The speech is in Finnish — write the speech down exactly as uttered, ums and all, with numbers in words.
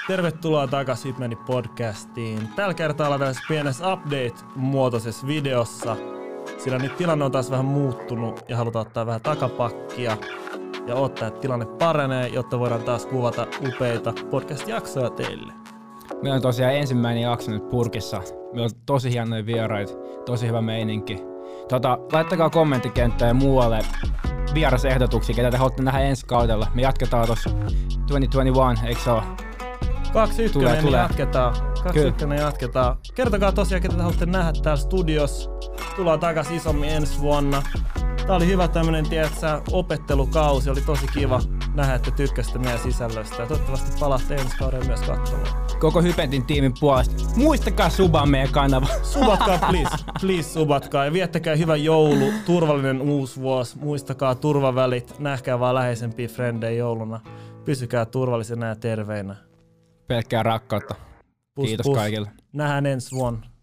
Tervetuloa takaisin Hitmani podcastiin. Tällä kertaa ollaan tällaisessa pienessä update-muotoisessa videossa, sillä nyt tilanne on taas vähän muuttunut ja halutaan ottaa vähän takapakkia ja ottaa, että tilanne paranee, jotta voidaan taas kuvata upeita podcast-jaksoja teille. Meillä on tosiaan ensimmäinen jakso nyt purkissa. Meillä on tosi hienoja vieraita, tosi hyvä meininki. Tota, laittakaa kommenttikenttään ja muualle vierasehdotuksia, ketä te haluatte nähdä ensi kaudella. Me jatketaan tuossa kaksituhattakaksikymmentäyksi, eikö se ole? kaksikymmentäyksi tulee, jatketaan. kaksikymmentäyksi jatketaan. Kertokaa tosiaan, ketä te haluatte nähdä täällä studiossa. Tullaan takaisin isommin ensi vuonna. Tää oli hyvä tämmönen, tiedätkö, opettelukausi. Oli tosi kiva nähdä, että tykkäsitte meidän sisällöstä. Ja toivottavasti palaatte ensi kaudella myös katsomaan. Koko Hypentin tiimin puolesta. Muistakaa subaa meidän kanava. Subatkaa, please. Please subatkaa. Ja viettäkää hyvä joulu, turvallinen uusi vuosi. Muistakaa turvavälit. Nähkää vaan läheisempiä frendejä jouluna. Pysykää turvallisena ja terveinä. Pelkkää rakkautta. Pus, Kiitos pus. kaikille. Nähdään ensi vuonna.